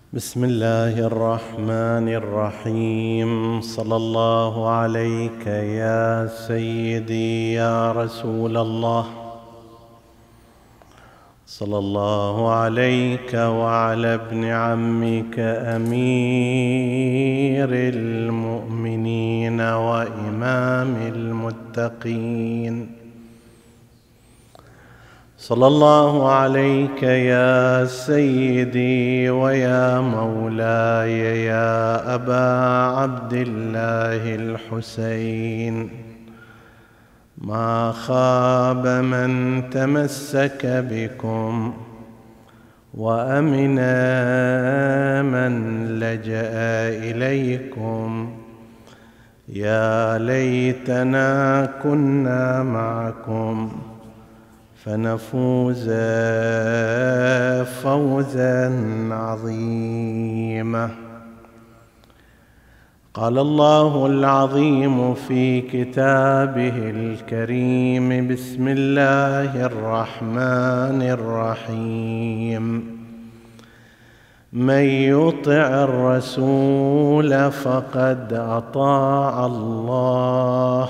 بسم الله الرحمن الرحيم. صلى الله عليك يا سيدي يا رسول الله، صلى الله عليك وعلى ابن عمك أمير المؤمنين وإمام المتقين. صلى الله عليك يا سيدي ويا مولاي يا أبا عبد الله الحسين. ما خاب من تمسك بكم وأمن من لجأ إليكم. يا ليتنا كنا معكم فنفوز فوزا عظيما. قال الله العظيم في كتابه الكريم: بسم الله الرحمن الرحيم. من يطع الرسول فقد أطاع الله،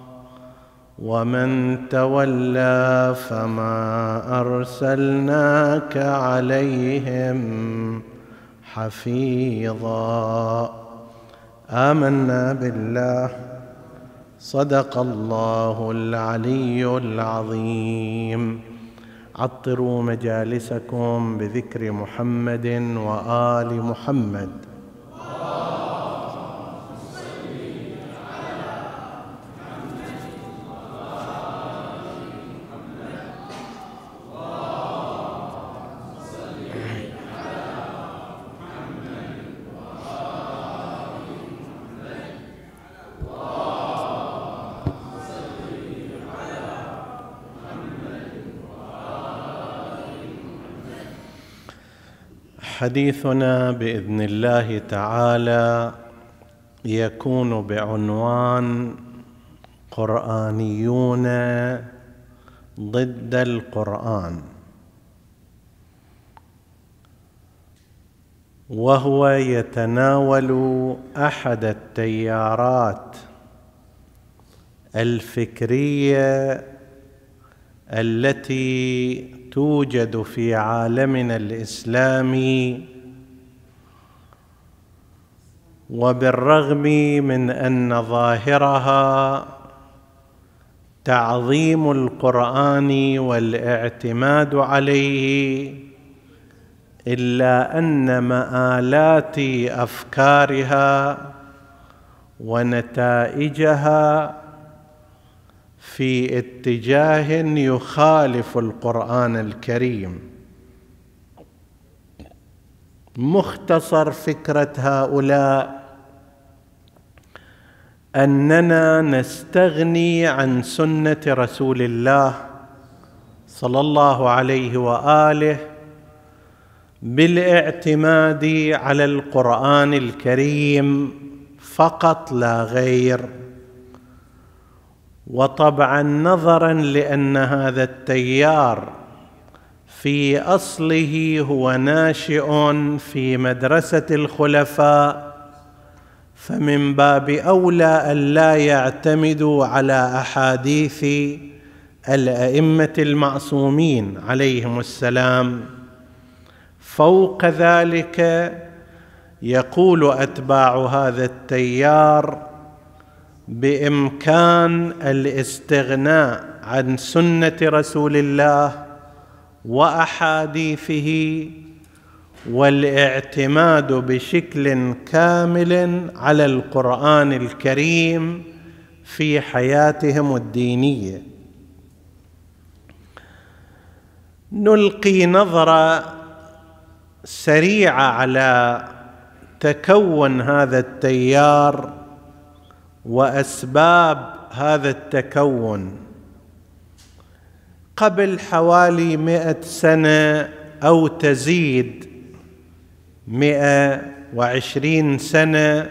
ومن تولى فما أرسلناك عليهم حفيظا. آمنا بالله. صدق الله العلي العظيم. عطروا مجالسكم بذكر محمد وآل محمد. حديثنا بإذن الله تعالى يكون بعنوان قرآنيون ضد القرآن، وهو يتناول أحد التيارات الفكرية التي توجد في عالمنا الإسلامي، وبالرغم من أن ظاهرها تعظيم القرآن والاعتماد عليه، إلا أن مآلات أفكارها ونتائجها في اتجاه يخالف القرآن الكريم. مختصر فكرة هؤلاء أننا نستغني عن سنة رسول الله صلى الله عليه وآله بالاعتماد على القرآن الكريم فقط لا غير. وطبعا نظرا لأن هذا التيار في أصله هو ناشئ في مدرسة الخلفاء، فمن باب أولى أن لا يعتمدوا على أحاديث الأئمة المعصومين عليهم السلام. فوق ذلك يقول أتباع هذا التيار بإمكان الاستغناء عن سنة رسول الله وأحاديثه والاعتماد بشكل كامل على القرآن الكريم في حياتهم الدينية. نلقي نظرة سريعة على تكون هذا التيار وأسباب هذا التكون. قبل حوالي 100 سنة أو تزيد 120 سنة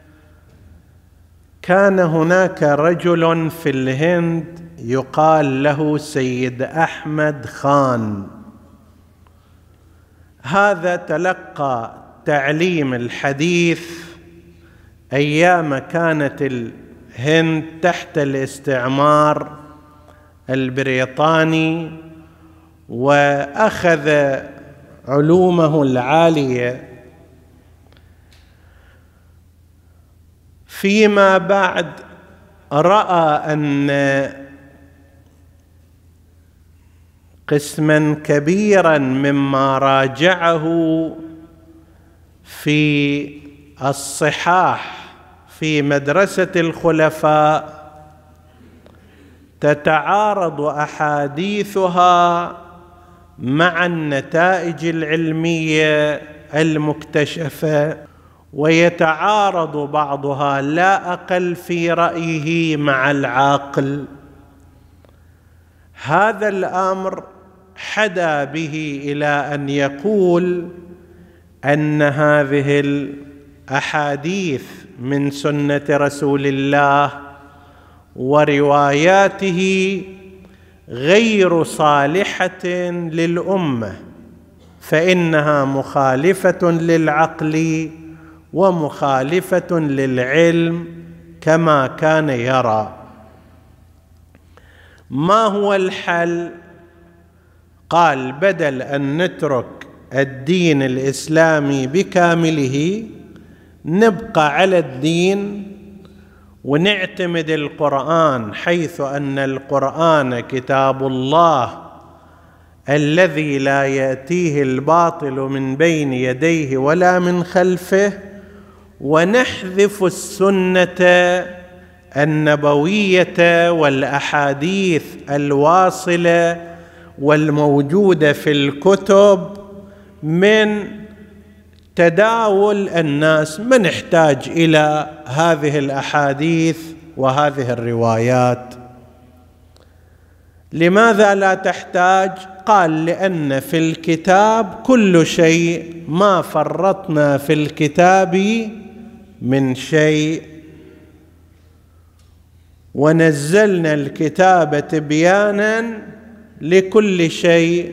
كان هناك رجل في الهند يقال له سيد أحمد خان. هذا تلقى تعليم الحديث أيام كانت الهند تحت الاستعمار البريطاني، وأخذ علومه العالية. فيما بعد رأى أن قسما كبيرا مما راجعه في الصحاح في مدرسة الخلفاء تتعارض أحاديثها مع النتائج العلمية المكتشفة، ويتعارض بعضها لا أقل في رأيه مع العقل. هذا الأمر حدا به إلى أن يقول أن هذه الأحاديث من سنة رسول الله ورواياته غير صالحة للأمة، فإنها مخالفة للعقل ومخالفة للعلم كما كان يرى. ما هو الحل؟ قال: بدل أن نترك الدين الإسلامي بكامله نبقى على الدين ونعتمد القرآن، حيث أن القرآن كتاب الله الذي لا يأتيه الباطل من بين يديه ولا من خلفه، ونحذف السنة النبوية والأحاديث الواصلة والموجودة في الكتب من تداول الناس. ما نحتاج إلى هذه الأحاديث وهذه الروايات. لماذا لا تحتاج؟ قال: لأن في الكتاب كل شيء، ما فرطنا في الكتاب من شيء، ونزلنا الكتاب تبيانا لكل شيء.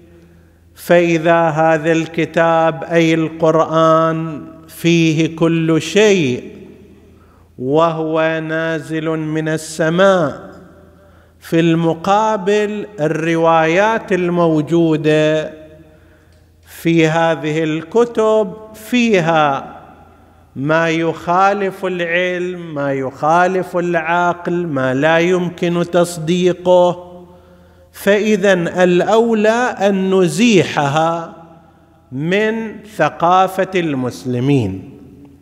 فإذا هذا الكتاب أي القرآن فيه كل شيء وهو نازل من السماء، في المقابل الروايات الموجودة في هذه الكتب فيها ما يخالف العلم، ما يخالف العقل، ما لا يمكن تصديقه. فإذا الأولى أن نزيحها من ثقافة المسلمين.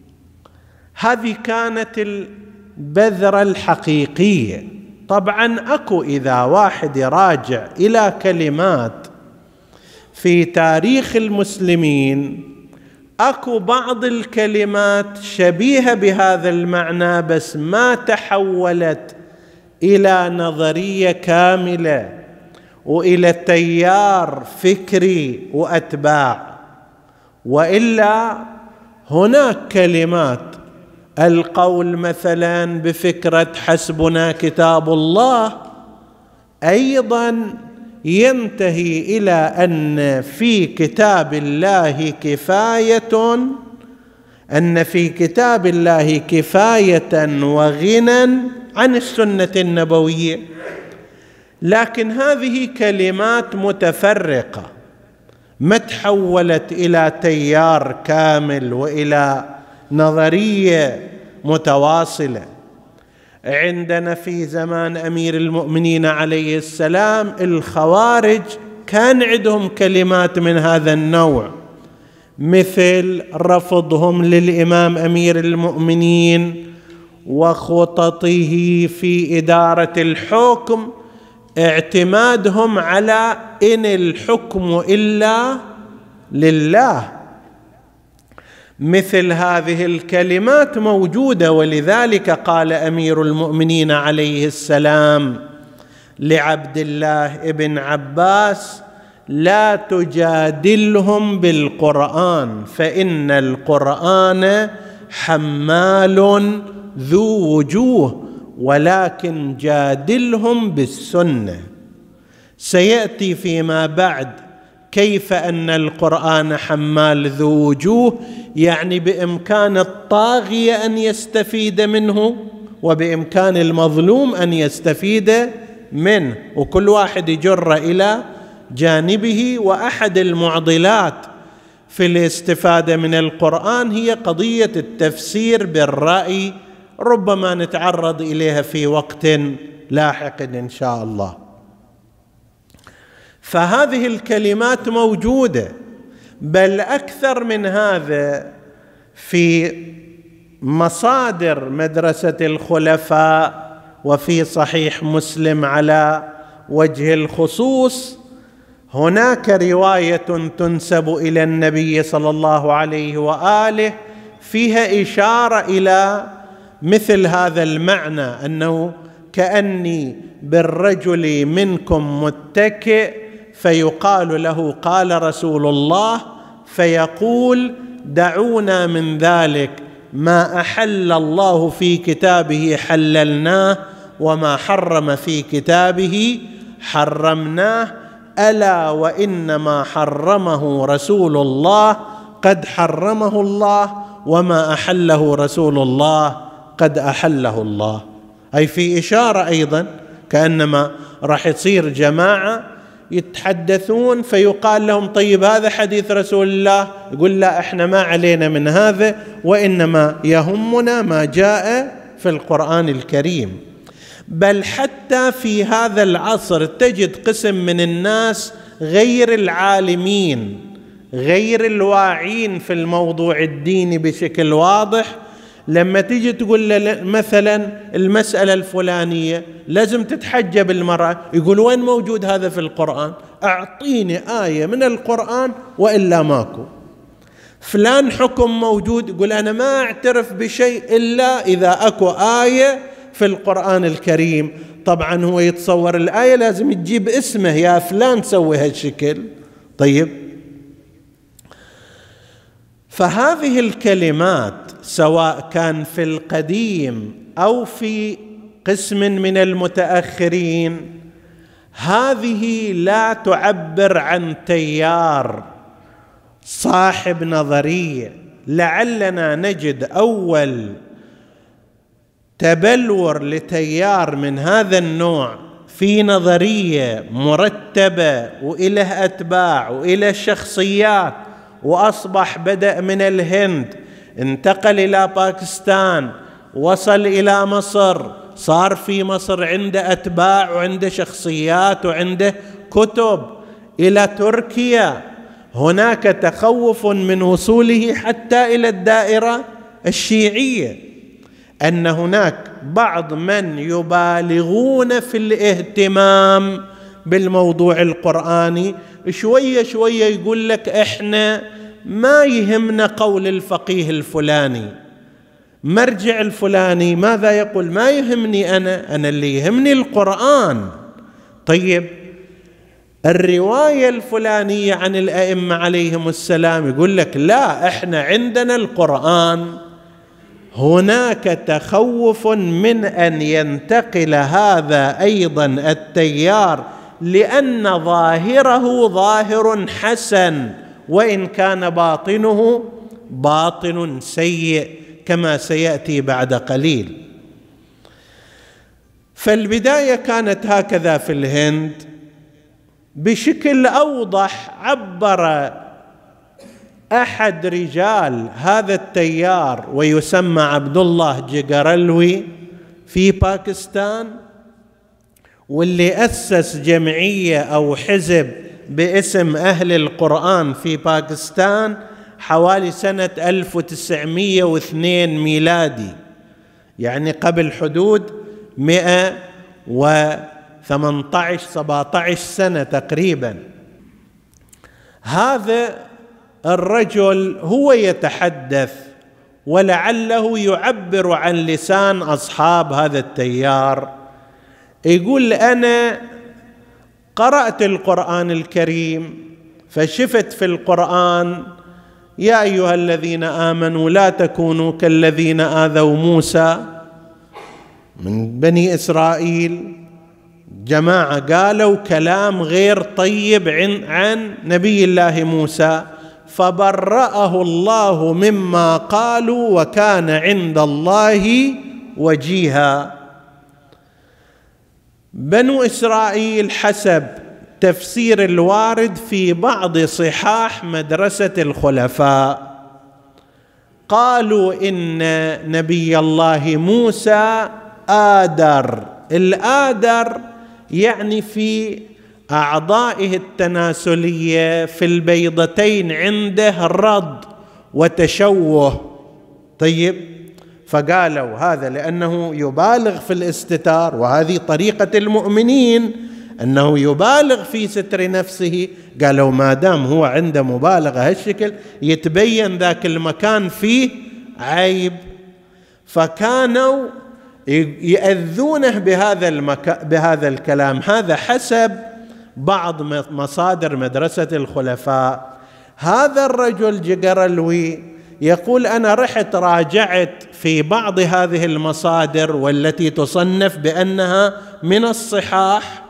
هذه كانت البذرة الحقيقية. طبعا أكو إذا واحد يراجع إلى كلمات في تاريخ المسلمين، أكو بعض الكلمات شبيهة بهذا المعنى، بس ما تحولت إلى نظرية كاملة وإلى تيار فكري وأتباع. وإلا هناك كلمات، القول مثلا بفكرة حسبنا كتاب الله، أيضا ينتهي إلى أن في كتاب الله كفاية، أن في كتاب الله كفاية وغنى عن السنة النبوية. لكن هذه كلمات متفرقة، ما تحولت إلى تيار كامل وإلى نظرية متواصلة. عندنا في زمان أمير المؤمنين عليه السلام الخوارج كان عندهم كلمات من هذا النوع، مثل رفضهم للإمام أمير المؤمنين وخططه في إدارة الحكم، اعتمادهم على إن الحكم إلا لله. مثل هذه الكلمات موجودة، ولذلك قال أمير المؤمنين عليه السلام لعبد الله بن عباس: لا تجادلهم بالقرآن فإن القرآن حمال ذو وجوه، ولكن جادلهم بالسنة. سيأتي فيما بعد كيف أن القرآن حمال ذو وجوه، يعني بإمكان الطاغية أن يستفيد منه وبإمكان المظلوم أن يستفيد منه، وكل واحد يجر إلى جانبه. وأحد المعضلات في الاستفادة من القرآن هي قضية التفسير بالرأي، ربما نتعرض إليها في وقت لاحق إن شاء الله. فهذه الكلمات موجودة، بل أكثر من هذا في مصادر مدرسة الخلفاء وفي صحيح مسلم على وجه الخصوص هناك رواية تنسب إلى النبي صلى الله عليه وآله فيها إشارة إلى مثل هذا المعنى، أنه كأني بالرجل منكم متكئ فيقال له قال رسول الله، فيقول دعونا من ذلك، ما أحل الله في كتابه حللناه وما حرم في كتابه حرمناه، ألا وإنما حرمه رسول الله قد حرمه الله وما أحله رسول الله قد أحله الله. أي في إشارة أيضا كأنما راح يصير جماعة يتحدثون فيقال لهم طيب هذا حديث رسول الله، يقول لا إحنا ما علينا من هذا، وإنما يهمنا ما جاء في القرآن الكريم. بل حتى في هذا العصر تجد قسم من الناس غير العالمين غير الواعين في الموضوع الديني بشكل واضح، لما تيجي تقول له مثلا المسألة الفلانية لازم تتحجب المرأة، يقول وين موجود هذا في القرآن؟ أعطيني آية من القرآن وإلا ماكو. فلان حكم موجود، يقول أنا ما أعترف بشيء إلا إذا أكو آية في القرآن الكريم. طبعا هو يتصور الآية لازم تجيب اسمه، يا فلان سوي هالشكل. طيب، فهذه الكلمات سواء كان في القديم أو في قسم من المتأخرين، هذه لا تعبر عن تيار صاحب نظرية. لعلنا نجد أول تبلور لتيار من هذا النوع في نظرية مرتبة وإله أتباع وإله شخصيات، وأصبح بدأ من الهند، انتقل إلى باكستان، وصل إلى مصر، صار في مصر عنده أتباع وعنده شخصيات وعنده كتب، إلى تركيا. هناك تخوف من وصوله حتى إلى الدائرة الشيعية، أن هناك بعض من يبالغون في الاهتمام بالموضوع القرآني، شوية شوية يقول لك إحنا ما يهمنا قول الفقيه الفلاني، مرجع الفلاني ماذا يقول ما يهمني، أنا اللي يهمني القرآن. طيب، الرواية الفلانية عن الأئمة عليهم السلام يقول لك لا، إحنا عندنا القرآن. هناك تخوف من أن ينتقل هذا أيضا التيار، لأن ظاهره ظاهر حسن وإن كان باطنه باطن سيء، كما سيأتي بعد قليل. فالبداية كانت هكذا في الهند. بشكل أوضح عبر أحد رجال هذا التيار ويسمى عبد الله جيغارلوي في باكستان، واللي أسس جمعية أو حزب باسم أهل القرآن في باكستان حوالي سنة 1902 ميلادي، يعني قبل حدود 118-17 سنة تقريبا. هذا الرجل هو يتحدث ولعله يعبر عن لسان أصحاب هذا التيار، يقول أنا قرأت القرآن الكريم فشفت في القرآن يا أيها الذين آمنوا لا تكونوا كالذين آذوا موسى من بني إسرائيل جماعة قالوا كلام غير طيب عن نبي الله موسى، فبرأه الله مما قالوا وكان عند الله وجيها. بنو إسرائيل حسب تفسير الوارد في بعض صحاح مدرسة الخلفاء قالوا إن نبي الله موسى آدر. الآدر يعني في أعضائه التناسلية في البيضتين عنده رض وتشوه. طيب، فقالوا هذا لأنه يبالغ في الاستتار، وهذه طريقة المؤمنين أنه يبالغ في ستر نفسه. قالوا ما دام هو عنده مبالغة هالشكل يتبين ذاك المكان فيه عيب، فكانوا يأذونه بهذا الكلام. هذا حسب بعض مصادر مدرسة الخلفاء. هذا الرجل جقرلوي يقول أنا رحت راجعت في بعض هذه المصادر والتي تصنف بأنها من الصحاح،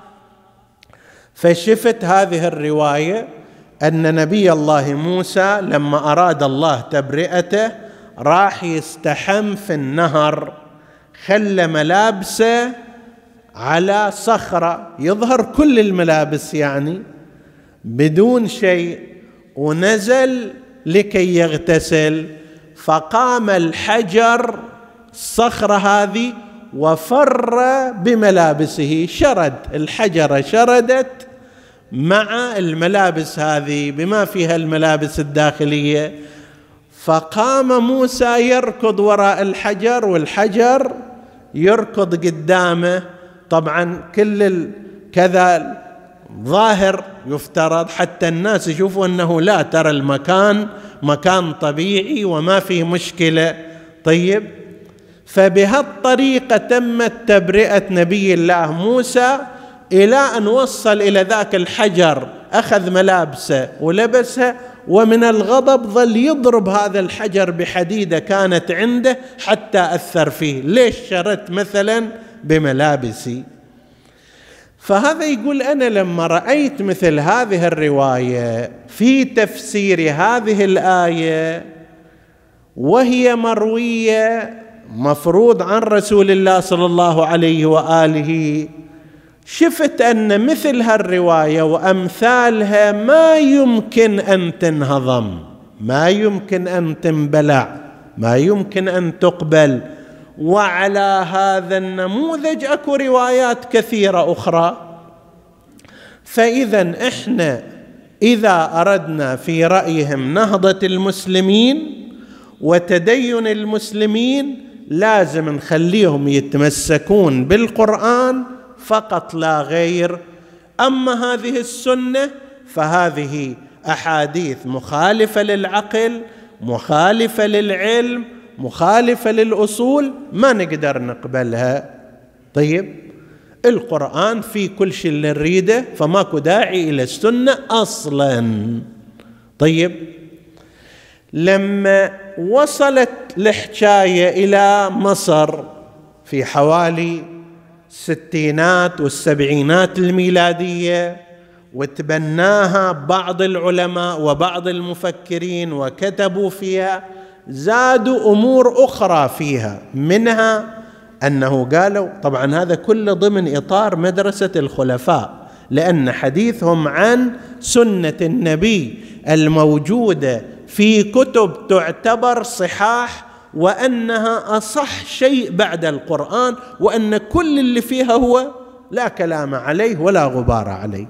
فشفت هذه الرواية أن نبي الله موسى لما أراد الله تبرئته راح يستحم في النهر، خلى ملابسه على صخرة، يظهر كل الملابس يعني بدون شيء، ونزل لكي يغتسل، فقام الحجر الصخرة هذه وفر بملابسه، شرد الحجرة، شردت مع الملابس هذه بما فيها الملابس الداخلية. فقام موسى يركض وراء الحجر والحجر يركض قدامه. طبعا كل كذا ظاهر يفترض حتى الناس يشوفوا أنه لا، ترى المكان مكان طبيعي وما فيه مشكلة. طيب، فبهالطريقة تمت تبرئة نبي الله موسى إلى أن وصل إلى ذاك الحجر، أخذ ملابسه ولبسها، ومن الغضب ظل يضرب هذا الحجر بحديدة كانت عنده حتى أثر فيه. ليش شردت مثلا بملابسي؟ فهذا يقول أنا لما رأيت مثل هذه الرواية في تفسير هذه الآية وهي مروية مفروض عن رسول الله صلى الله عليه وآله، شفت أن مثل هالرواية وأمثالها ما يمكن أن تنهضم، ما يمكن أن تنبلع، ما يمكن أن تقبل. وعلى هذا النموذج أكو روايات كثيرة أخرى. فإذا إحنا إذا أردنا في رأيهم نهضة المسلمين وتدين المسلمين لازم نخليهم يتمسكون بالقرآن فقط لا غير. أما هذه السنة فهذه أحاديث مخالفة للعقل، مخالفة للعلم، مخالفة للأصول، ما نقدر نقبلها. طيب، القرآن في كل شيء اللي نريده، فماكو داعي إلى السنة أصلا. طيب، لما وصلت الحكاية إلى مصر في حوالي الستينات والسبعينات الميلادية وتبناها بعض العلماء وبعض المفكرين وكتبوا فيها، زادوا أمور أخرى فيها، منها أنه قالوا طبعا هذا كله ضمن إطار مدرسة الخلفاء، لأن حديثهم عن سنة النبي الموجودة في كتب تعتبر صحاح، وأنها أصح شيء بعد القرآن، وأن كل اللي فيها هو لا كلام عليه ولا غبار عليه.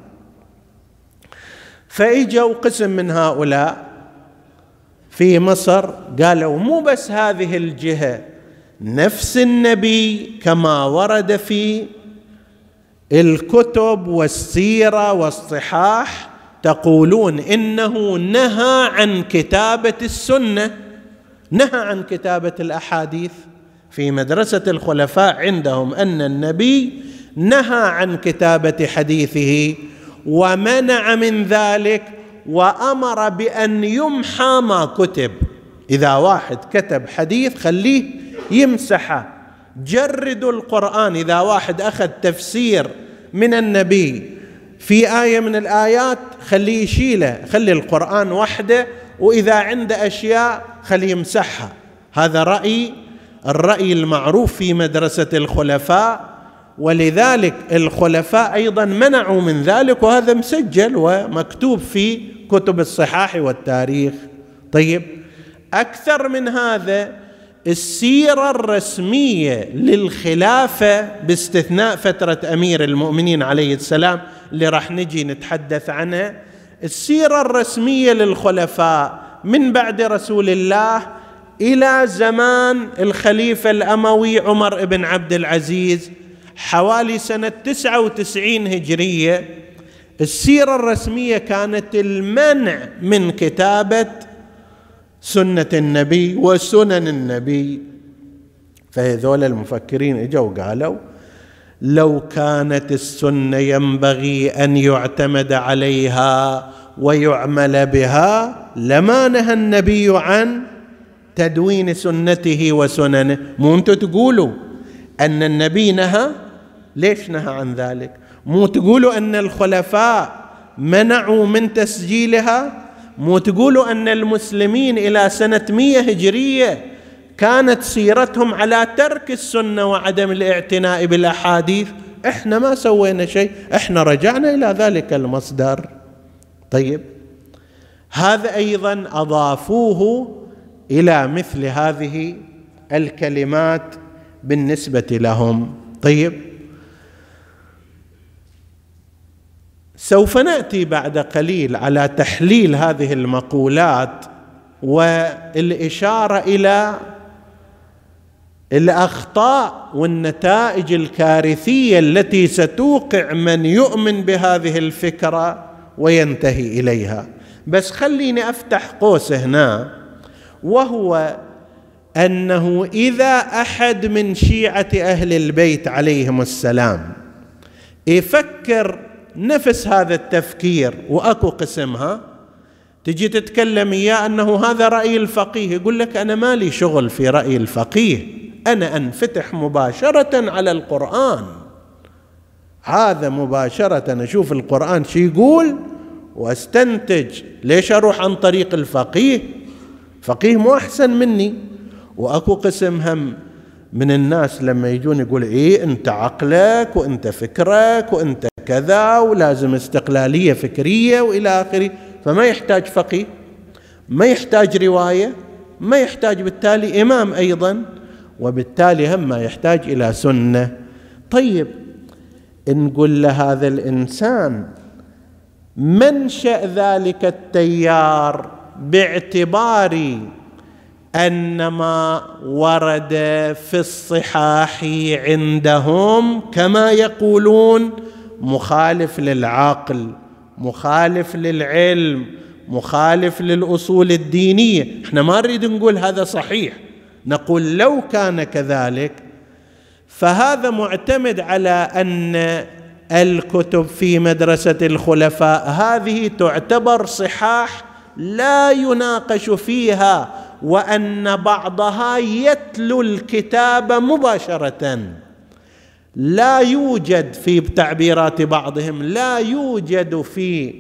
فإجوا قسم من هؤلاء في مصر قالوا مو بس هذه الجهة، نفس النبي كما ورد في الكتب والسيرة والصحاح تقولون إنه نهى عن كتابة السنة، نهى عن كتابة الأحاديث. في مدرسة الخلفاء عندهم أن النبي نهى عن كتابة حديثه ومنع من ذلك، وأمر بأن يمحى ما كتب. إذا واحد كتب حديث خليه يمسحه. جردوا القرآن، إذا واحد أخذ تفسير من النبي في آية من الآيات خليه يشيله، خلي القرآن وحده، وإذا عنده أشياء خليه يمسحها. هذا الرأي المعروف في مدرسة الخلفاء، ولذلك الخلفاء أيضا منعوا من ذلك، وهذا مسجل ومكتوب في كتب الصحاح والتاريخ. طيب، أكثر من هذا، السيرة الرسمية للخلافة باستثناء فترة أمير المؤمنين عليه السلام اللي راح نجي نتحدث عنها، السيرة الرسمية للخلفاء من بعد رسول الله إلى زمان الخليفة الأموي عمر بن عبد العزيز حوالي سنة 99 هجرية، السيرة الرسمية كانت المنع من كتابة سنة النبي وسنن النبي. فهذول المفكرين اجوا وقالوا لو كانت السنة ينبغي أن يعتمد عليها ويعمل بها لما نهى النبي عن تدوين سنته وسننه. مو أنتم تقولوا أن النبي نهى؟ ليش نهى عن ذلك؟ مو تقولوا أن الخلفاء منعوا من تسجيلها؟ مو تقولوا أن المسلمين إلى سنة 100 هجرية كانت سيرتهم على ترك السنة وعدم الاعتناء بالأحاديث؟ إحنا ما سوينا شيء، إحنا رجعنا إلى ذلك المصدر. طيب، هذا أيضا أضافوه إلى مثل هذه الكلمات بالنسبة لهم. طيب، سوف نأتي بعد قليل على تحليل هذه المقولات والإشارة إلى الأخطاء والنتائج الكارثية التي ستوقع من يؤمن بهذه الفكرة وينتهي إليها. بس خليني أفتح قوس هنا، وهو أنه إذا أحد من شيعة أهل البيت عليهم السلام يفكر نفس هذا التفكير، وأكو قسمها تجي تتكلم إياه أنه هذا رأي الفقيه، يقول لك أنا مالي شغل في رأي الفقيه، أنا أنفتح مباشرة على القرآن، هذا مباشرة أشوف القرآن شي يقول واستنتج، ليش أروح عن طريق الفقيه؟ فقيه مو أحسن مني. وأكو قسم هم من الناس لما يجون يقول إيه أنت عقلك وأنت فكرك وأنت كذا ولازم استقلالية فكرية وإلى آخره، فما يحتاج فقيه، ما يحتاج رواية، ما يحتاج بالتالي إمام أيضا، وبالتالي هم ما يحتاج إلى سنة. طيب، نقول لهذا الإنسان منشأ ذلك التيار باعتبار أن ما ورد في الصحاح عندهم كما يقولون مخالف للعقل، مخالف للعلم، مخالف للأصول الدينية. احنا ما نريد نقول هذا صحيح، نقول لو كان كذلك فهذا معتمد على أن الكتب في مدرسة الخلفاء هذه تعتبر صحاح لا يناقش فيها، وأن بعضها يتلو الكتاب مباشرة. لا يوجد في تعبيرات بعضهم، لا يوجد في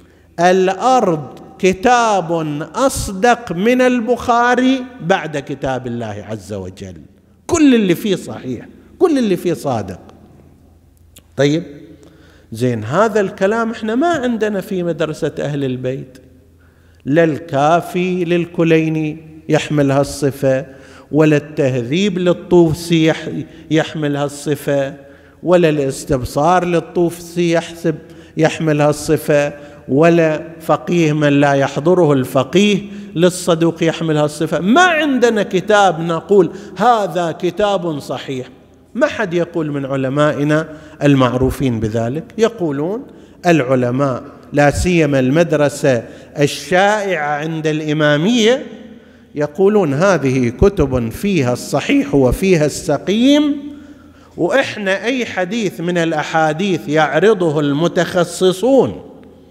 الأرض كتاب أصدق من البخاري بعد كتاب الله عز وجل، كل اللي فيه صحيح، كل اللي فيه صادق. طيب، زين، هذا الكلام احنا ما عندنا في مدرسة أهل البيت، لا الكافي للكليني يحمل هالصفة، ولا التهذيب للطوسي يحمل هالصفة، ولا الاستبصار للطوسي يحمل هالصفة، ولا فقيه من لا يحضره الفقيه للصدوق يحمل هالصفة. ما عندنا كتاب نقول هذا كتاب صحيح. ما حد يقول من علمائنا المعروفين بذلك، يقولون العلماء لا سيما المدرسة الشائعة عند الإمامية يقولون هذه كتب فيها الصحيح وفيها السقيم، وإحنا أي حديث من الأحاديث يعرضه المتخصصون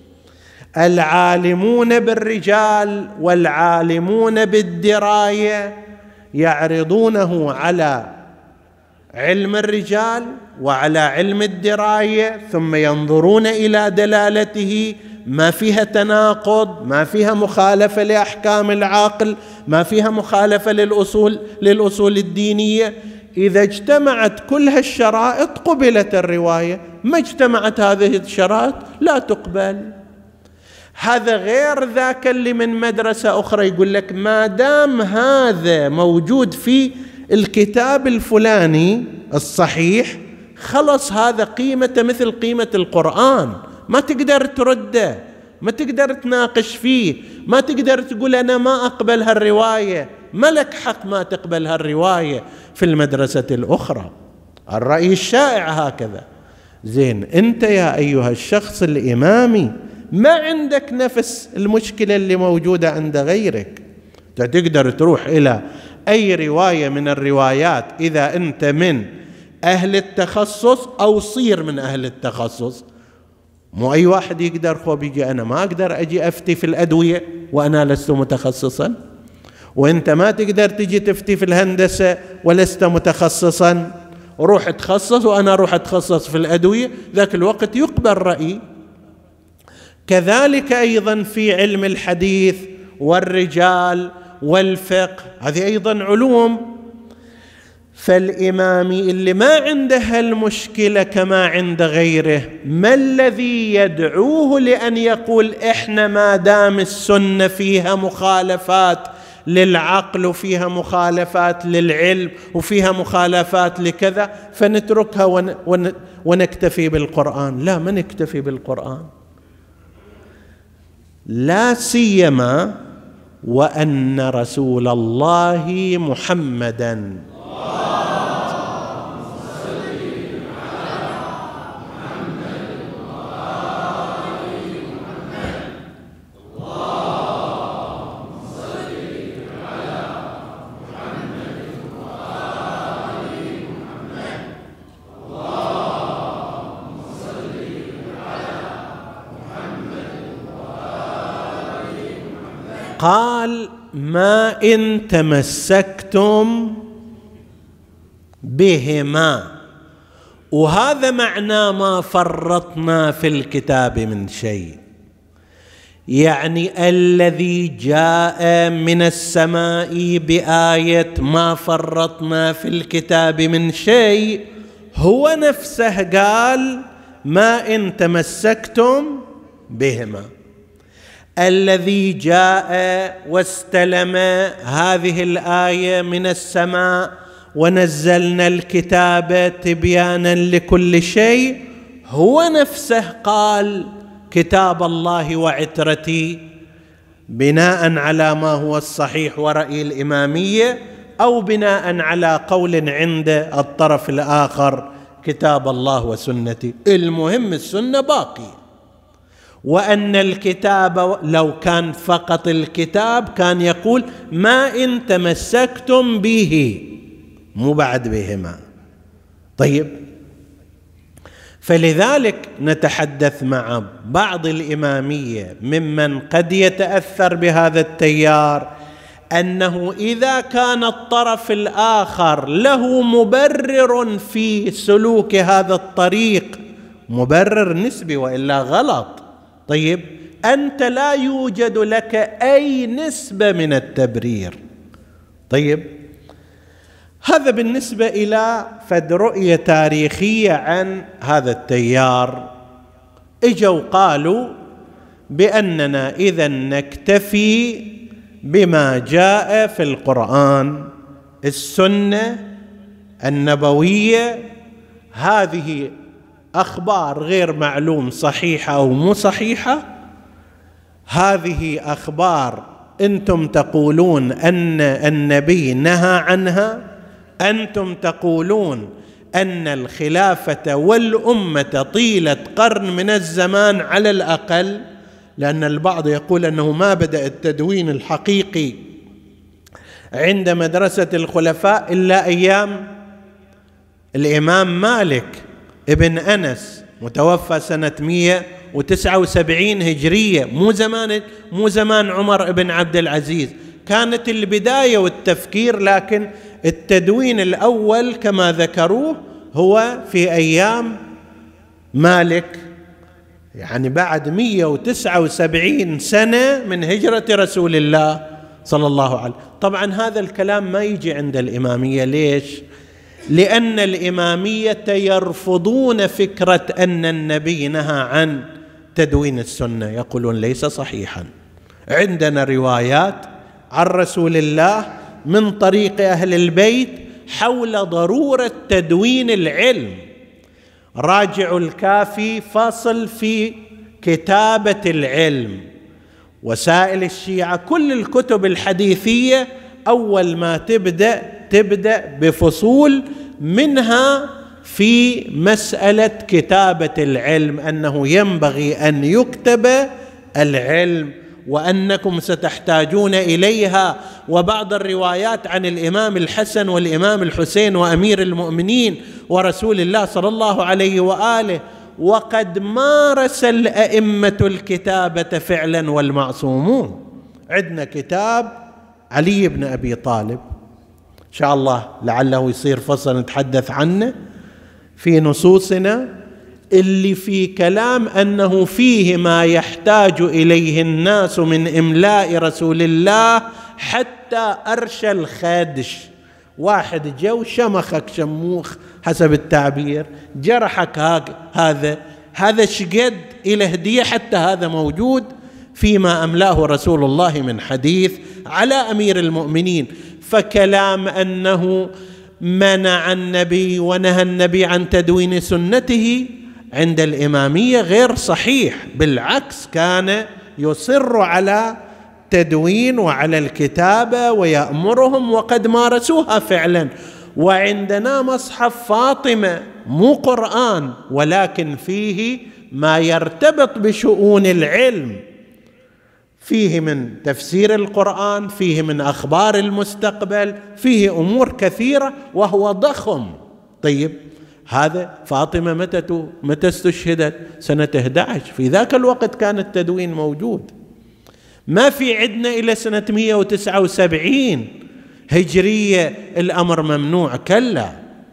العالمون بالرجال والعالمون بالدراية، يعرضونه على علم الرجال وعلى علم الدراية، ثم ينظرون إلى دلالته، ما فيها تناقض، ما فيها مخالفة لأحكام العقل، ما فيها مخالفة للأصول الدينية. إذا اجتمعت كل هالشرائط قبلت الرواية، ما اجتمعت هذه الشرائط لا تقبل. هذا غير ذاك اللي من مدرسة أخرى يقول لك ما دام هذا موجود في الكتاب الفلاني الصحيح خلص هذا قيمته مثل قيمة القرآن، ما تقدر ترده، ما تقدر تناقش فيه، ما تقدر تقول أنا ما أقبل هالرواية، ما لك حق ما تقبل هالرواية. في المدرسة الأخرى الرأي الشائع هكذا. زين، أنت يا أيها الشخص الإمامي ما عندك نفس المشكلة اللي موجودة عند غيرك، تقدر تروح إلى أي رواية من الروايات إذا أنت من أهل التخصص، أو صير من أهل التخصص. مو أي واحد يقدر بيجي أنا ما أقدر أجي أفتي في الأدوية وأنا لست متخصصا، وأنت ما تقدر تجي تفتي في الهندسة ولست متخصصا، روح تخصص وأنا روح أتخصص في الأدوية، ذاك الوقت يقبل رأيي. كذلك أيضا في علم الحديث والرجال والفقه، هذه أيضا علوم. فالإمامي اللي ما عنده هالمشكلة كما عند غيره، ما الذي يدعوه لأن يقول إحنا ما دام السنة فيها مخالفات للعقل وفيها مخالفات للعلم وفيها مخالفات لكذا فنتركها ونكتفي بالقرآن؟ لا، ما نكتفي بالقرآن، لا سيما وأن رسول الله محمدًا قال ما إن تمسكتم بهما، وهذا معنى ما فرطنا في الكتاب من شيء، يعني الذي جاء من السماء بآية ما فرطنا في الكتاب من شيء هو نفسه قال ما إن تمسكتم بهما. الذي جاء واستلم هذه الآية من السماء ونزلنا الكتاب تبيانا لكل شيء هو نفسه قال كتاب الله وعترتي، بناء على ما هو الصحيح ورأي الإمامية، أو بناء على قول عند الطرف الآخر كتاب الله وسنتي. المهم السنة باقية، وأن الكتاب لو كان فقط الكتاب كان يقول ما إن تمسكتم به، مو بعد بهما. طيب، فلذلك نتحدث مع بعض الإمامية ممن قد يتأثر بهذا التيار أنه إذا كان الطرف الآخر له مبرر في سلوك هذا الطريق، مبرر نسبي وإلا غلط، طيب أنت لا يوجد لك أي نسبة من التبرير. طيب، هذا بالنسبة إلى فد رؤية تاريخية عن هذا التيار. اجوا قالوا بأننا إذا نكتفي بما جاء في القرآن، السنة النبوية، هذه أخبار غير معلوم صحيحة أو مو صحيحة، هذه أخبار أنتم تقولون أن النبي نهى عنها، أنتم تقولون أن الخلافة والأمة طيلة قرن من الزمان على الأقل، لأن البعض يقول أنه ما بدأ التدوين الحقيقي عند مدرسة الخلفاء إلا أيام الإمام مالك ابن أنس متوفى سنة 179 هجرية، مو زمان عمر ابن عبد العزيز. كانت البداية والتفكير، لكن التدوين الأول كما ذكروه هو في أيام مالك، يعني بعد 179 سنة من هجرة رسول الله صلى الله عليه وسلم. طبعا هذا الكلام ما يجي عند الإمامية. ليش؟ لأن الإمامية يرفضون فكرة أن النبي نهى عن تدوين السنة، يقولون ليس صحيحا. عندنا روايات عن رسول الله من طريق أهل البيت حول ضرورة تدوين العلم. راجعوا الكافي فصل في كتابة العلم. وسائل الشيعة كل الكتب الحديثية أول ما تبدأ بفصول منها في مسألة كتابة العلم، أنه ينبغي أن يكتب العلم وأنكم ستحتاجون إليها. وبعض الروايات عن الإمام الحسن والإمام الحسين وأمير المؤمنين ورسول الله صلى الله عليه وآله، وقد مارس الأئمة الكتابة فعلا والمعصومون. عندنا كتاب علي بن أبي طالب، إن شاء الله لعله يصير فصل نتحدث عنه في نصوصنا، اللي في كلام أنه فيه ما يحتاج إليه الناس من إملاء رسول الله حتى أرشى الخدش. واحد جو شمخك شموخ حسب التعبير، جرحك هذا شقد إلى هدية، حتى هذا موجود فيما أملاه رسول الله من حديث على أمير المؤمنين. فكلام أنه منع النبي ونهى النبي عن تدوين سنته عند الإمامية غير صحيح، بالعكس كان يصر على تدوين وعلى الكتابة ويأمرهم، وقد مارسوها فعلا. وعندنا مصحف فاطمة مو قرآن، ولكن فيه ما يرتبط بشؤون العلم، فيه من تفسير القرآن، فيه من أخبار المستقبل، فيه أمور كثيرة وهو ضخم. طيب هذا فاطمة متى استشهدت؟ سنة 11. في ذاك الوقت كان التدوين موجود، ما في عندنا إلى سنة 179 هجرية الأمر ممنوع، كلا.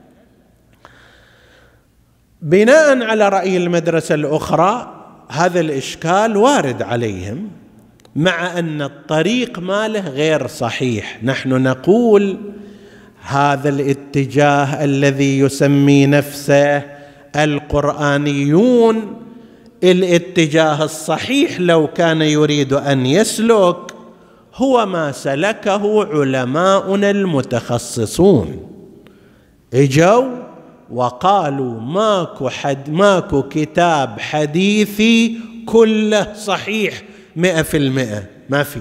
بناء على رأي المدرسة الأخرى هذا الإشكال وارد عليهم، مع أن الطريق ماله غير صحيح. نحن نقول هذا الاتجاه الذي يسمي نفسه القرآنيون، الاتجاه الصحيح لو كان يريد أن يسلك هو ما سلكه علماؤنا المتخصصون. اجوا وقالوا ماكو كتاب حديثي كله صحيح 100%، ما في.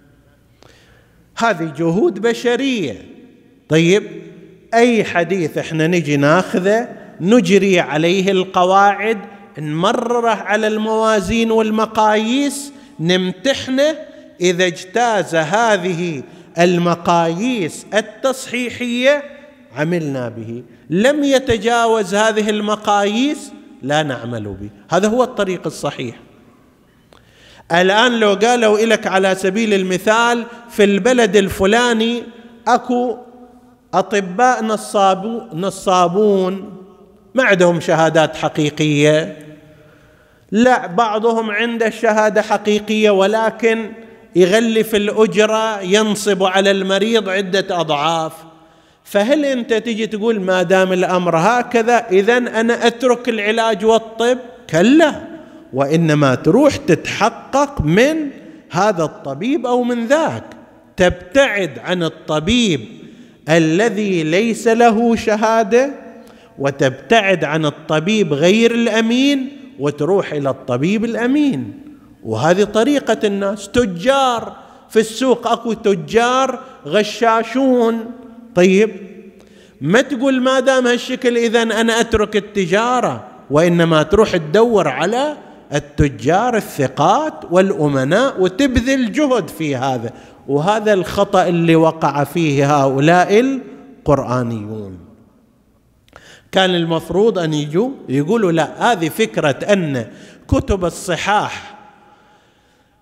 هذه جهود بشرية. طيب أي حديث احنا نجي ناخذه نجري عليه القواعد، نمرره على الموازين والمقاييس، نمتحنه، إذا اجتاز هذه المقاييس التصحيحية عملنا به، لم يتجاوز هذه المقاييس لا نعمل به. هذا هو الطريق الصحيح. الآن لو قالوا إلك على سبيل المثال في البلد الفلاني أكو أطباء نصابون ما عندهم شهادات حقيقية، لا بعضهم عنده شهادة حقيقية ولكن يغلف الأجرة، ينصب على المريض عدة أضعاف، فهل أنت تجي تقول ما دام الأمر هكذا إذن أنا أترك العلاج والطب؟ كلا، وإنما تروح تتحقق من هذا الطبيب أو من ذاك، تبتعد عن الطبيب الذي ليس له شهادة، وتبتعد عن الطبيب غير الأمين، وتروح إلى الطبيب الأمين. وهذه طريقة الناس. تجار في السوق، أكو تجار غشاشون. طيب ما تقول ما دام هالشكل إذن أنا أترك التجارة، وإنما تروح تدور على التجار الثقات والأمناء وتبذل جهد في هذا. وهذا الخطأ اللي وقع فيه هؤلاء القرآنيون. كان المفروض أن يقولوا لا، هذه فكرة أن كتب الصحاح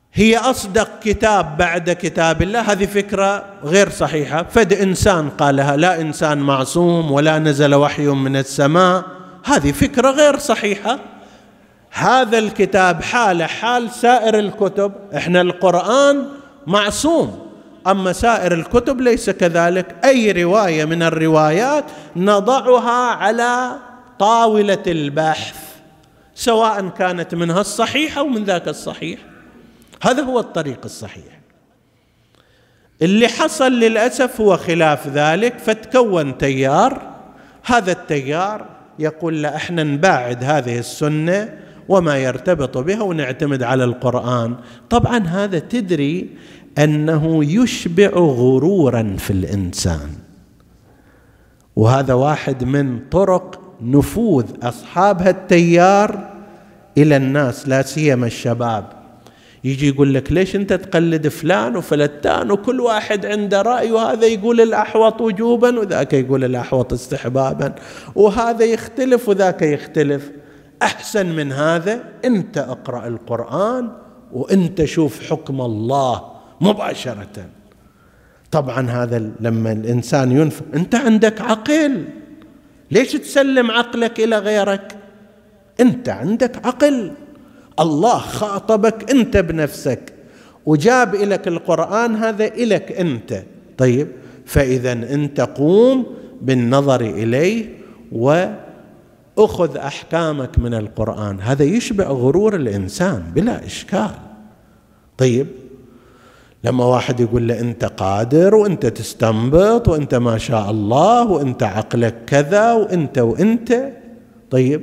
هي أصدق كتاب بعد كتاب الله، هذه فكرة غير صحيحة، فد إنسان قالها، لا إنسان معصوم ولا نزل وحي من السماء، هذه فكرة غير صحيحة. هذا الكتاب حال حال سائر الكتب، إحنا القرآن معصوم، أما سائر الكتب ليس كذلك. أي رواية من الروايات نضعها على طاولة البحث، سواء كانت منها الصحيحة أو من ذاك الصحيح، هذا هو الطريق الصحيح. اللي حصل للأسف هو خلاف ذلك، فتكون تيار، هذا التيار يقول لا، احنا نباعد هذه السنة وما يرتبط بها ونعتمد على القرآن. طبعا هذا تدري أنه يشبع غرورا في الإنسان، وهذا واحد من طرق نفوذ أصحاب هالتيار إلى الناس، لا سيما الشباب. يجي يقول لك ليش أنت تقلد فلان وفلتان وكل واحد عنده رأي، وهذا يقول الأحوط وجوبا وذاك يقول الأحوط استحبابا، وهذا يختلف وذاك يختلف. أحسن من هذا أنت أقرأ القرآن وأنت شوف حكم الله مباشرة. طبعا هذا لما الإنسان ينفق، أنت عندك عقل، ليش تسلم عقلك إلى غيرك؟ أنت عندك عقل، الله خاطبك أنت بنفسك وجاب إليك القرآن، هذا إليك أنت. طيب، فإذا أنت قوم بالنظر إليه وأخذ أحكامك من القرآن، هذا يشبع غرور الإنسان بلا إشكال. طيب، لما واحد يقول له أنت قادر وأنت تستنبط وأنت ما شاء الله وأنت عقلك كذا وأنت، طيب،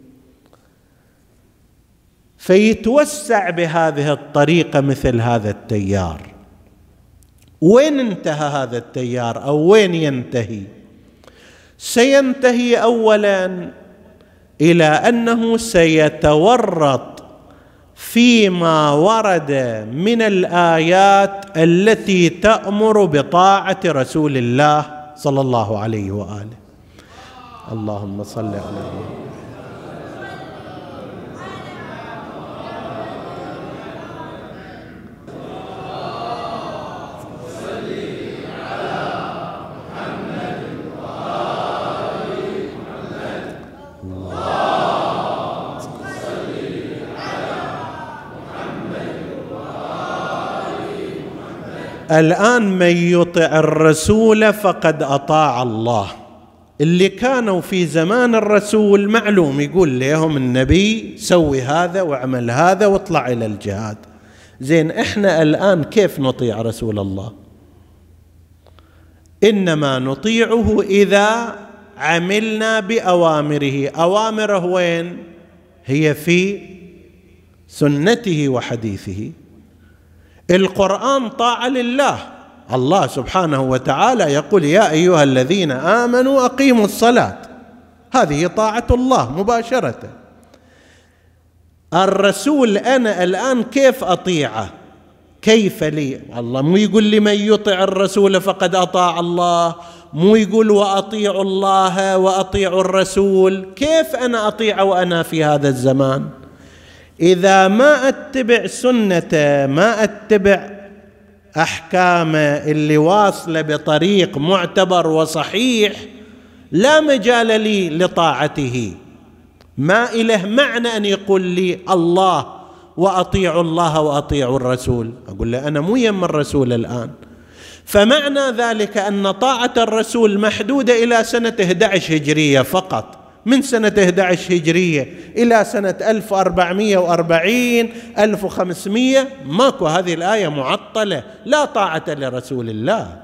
فيتوسع بهذه الطريقة مثل هذا التيار. وين انتهى هذا التيار أو وين ينتهي؟ سينتهي أولا إلى أنه سيتورط فيما ورد من الآيات التي تأمر بطاعة رسول الله صلى الله عليه وآله. اللهم صل على محمد. الآن من يطع الرسول فقد أطاع الله. اللي كانوا في زمان الرسول معلوم يقول لهم النبي سوي هذا واعمل هذا واطلع إلى الجهاد. زين، إحنا الآن كيف نطيع رسول الله؟ إنما نطيعه إذا عملنا بأوامره. أوامره وين؟ هي في سنته وحديثه. القرآن طاعة لله، الله سبحانه وتعالى يقول يا أيها الذين آمنوا أقيموا الصلاة، هذه طاعة الله مباشرة. الرسول أنا الآن كيف أطيعه؟ كيف لي؟ الله مو يقول لي من يطع الرسول فقد أطاع الله، مو يقول وأطيعوا الله وأطيعوا الرسول. كيف أنا أطيعه وأنا في هذا الزمان؟ إذا ما أتبع سنته، ما أتبع أحكامه اللي واصلة بطريق معتبر وصحيح، لا مجال لي لطاعته. ما إله معنى أن يقول لي الله وأطيعوا الله وأطيعوا الرسول، أقول له أنا مو يم الرسول الآن. فمعنى ذلك أن طاعة الرسول محدودة إلى سنة 11 هجرية فقط. من سنة 11 هجرية إلى سنة 1440 1500 ماكو، هذه الآية معطلة، لا طاعة لرسول الله.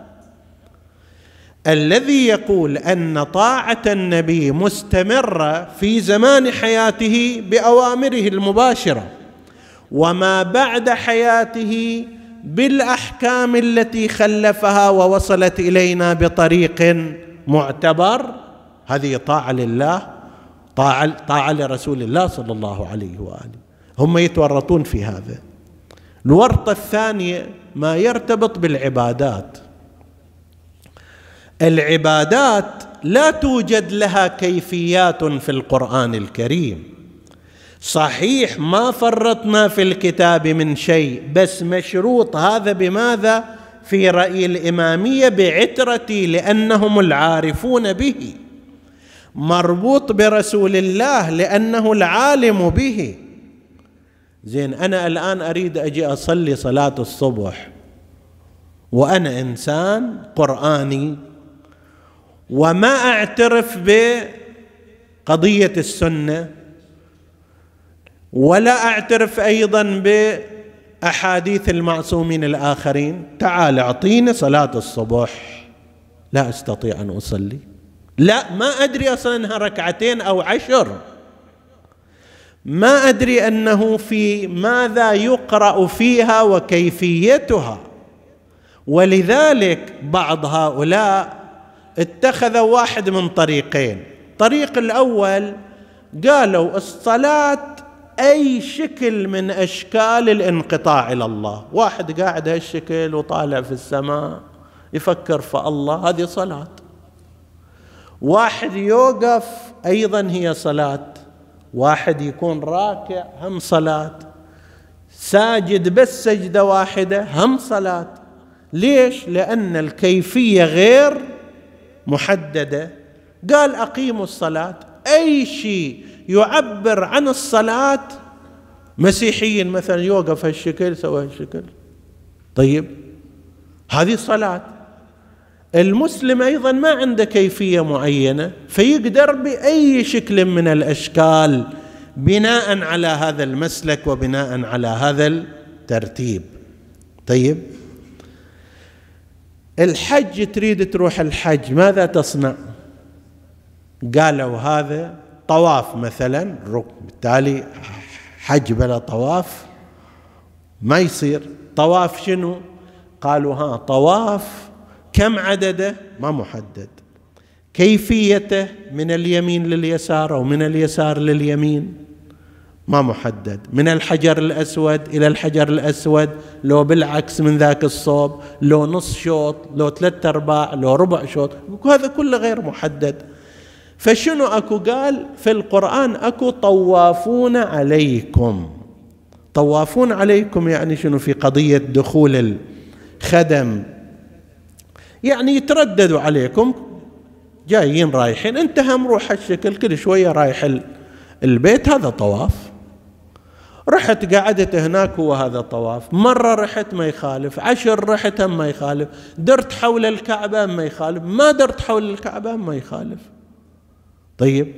الذي يقول أن طاعة النبي مستمرة في زمان حياته بأوامره المباشرة، وما بعد حياته بالأحكام التي خلفها ووصلت إلينا بطريق معتبر، هذه طاعة لله، طاعة لرسول الله صلى الله عليه وآله. هم يتورطون في هذا. الورطة الثانية ما يرتبط بالعبادات. العبادات لا توجد لها كيفيات في القرآن الكريم، صحيح ما فرطنا في الكتاب من شيء، بس مشروط هذا بماذا؟ في رأي الإمامية بعترتي لأنهم العارفون به، مربوط برسول الله لأنه العالم به. زين، أنا الآن أريد أجي أصلي صلاة الصبح وأنا إنسان قرآني وما أعترف بقضية السنة ولا أعترف أيضا بأحاديث المعصومين الآخرين، تعال أعطيني صلاة الصبح، لا أستطيع أن أصلي، لا ما أدري أصلا أنها 2 أو 10، ما أدري أنه في ماذا يقرأ فيها وكيفيتها. ولذلك بعض هؤلاء اتخذوا واحد من طريقين. الطريق الأول قالوا الصلاة أي شكل من أشكال الانقطاع إلى الله، واحد قاعد هالشكل وطالع في السماء يفكر في الله، هذه صلاة. واحد يوقف أيضا هي صلاة، واحد يكون راكع هم صلاة، ساجد بس سجدة واحدة هم صلاة. ليش؟ لأن الكيفية غير محددة. قال أقيموا الصلاة، أي شيء يعبر عن الصلاة. مسيحيين مثلا يوقف هالشكل سوى هالشكل، طيب هذه صلاة. المسلم أيضا ما عنده كيفية معينة، فيقدر بأي شكل من الأشكال بناء على هذا المسلك وبناء على هذا الترتيب. طيب الحج، تريد تروح الحج ماذا تصنع؟ قالوا هذا طواف مثلا ركن، بالتالي حج بلا طواف ما يصير. طواف شنو؟ قالوا طواف كم عدده؟ ما محدد. كيفيته من اليمين لليسار أو من اليسار لليمين ما محدد. من الحجر الأسود إلى الحجر الأسود، لو بالعكس من ذاك الصوب، لو نص شوط، لو 3/4، لو ربع شوط، هذا كله غير محدد. فشنو أكو؟ قال في القرآن أكو طوافون عليكم. طوافون عليكم يعني شنو؟ في قضية دخول الخدم، يعني يترددوا عليكم، جايين رايحين، انت هم روح هالشكل، كل شوية رايح البيت، هذا طواف. رحت قعدت هناك، هو هذا طواف. مرة رحت ما يخالف، 10 رحت ما يخالف، درت حول الكعبة ما يخالف، ما درت حول الكعبة ما يخالف. طيب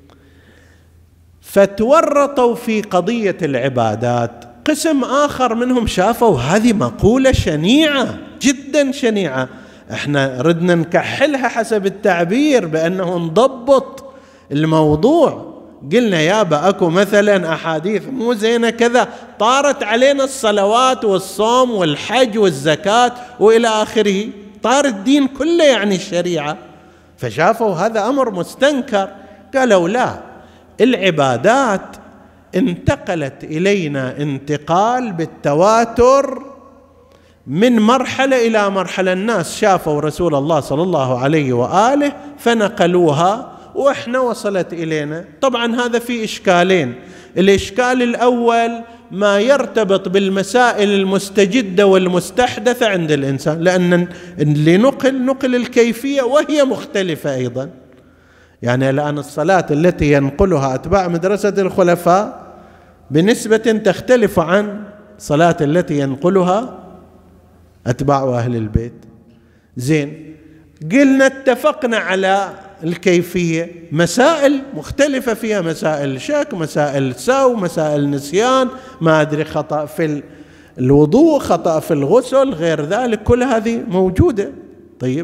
فتورطوا في قضية العبادات. قسم آخر منهم شافوا هذه مقولة شنيعة جدا شنيعة، احنا ردنا نكحلها حسب التعبير بأنه نضبط الموضوع. قلنا يابا أكو مثلا أحاديث مو زينة كذا، طارت علينا الصلوات والصوم والحج والزكاة وإلى آخره، طار الدين كله يعني الشريعة. فشافوا هذا أمر مستنكر، قالوا لا، العبادات انتقلت إلينا انتقال بالتواتر من مرحلة إلى مرحلة. الناس شافوا رسول الله صلى الله عليه وآله فنقلوها وإحنا وصلت إلينا. طبعا هذا في إشكالين. الإشكال الأول ما يرتبط بالمسائل المستجدة والمستحدثة عند الإنسان، لأن اللي نقل الكيفية وهي مختلفة أيضا. يعني الآن الصلاة التي ينقلها أتباع مدرسة الخلفاء بنسبة تختلف عن صلاة التي ينقلها أتباع أهل البيت. زين، قلنا اتفقنا على الكيفية، مسائل مختلفة فيها، مسائل شك، مسائل سو، مسائل نسيان، ما أدري، خطأ في الوضوء، خطأ في الغسل، غير ذلك، كل هذه موجودة. طيب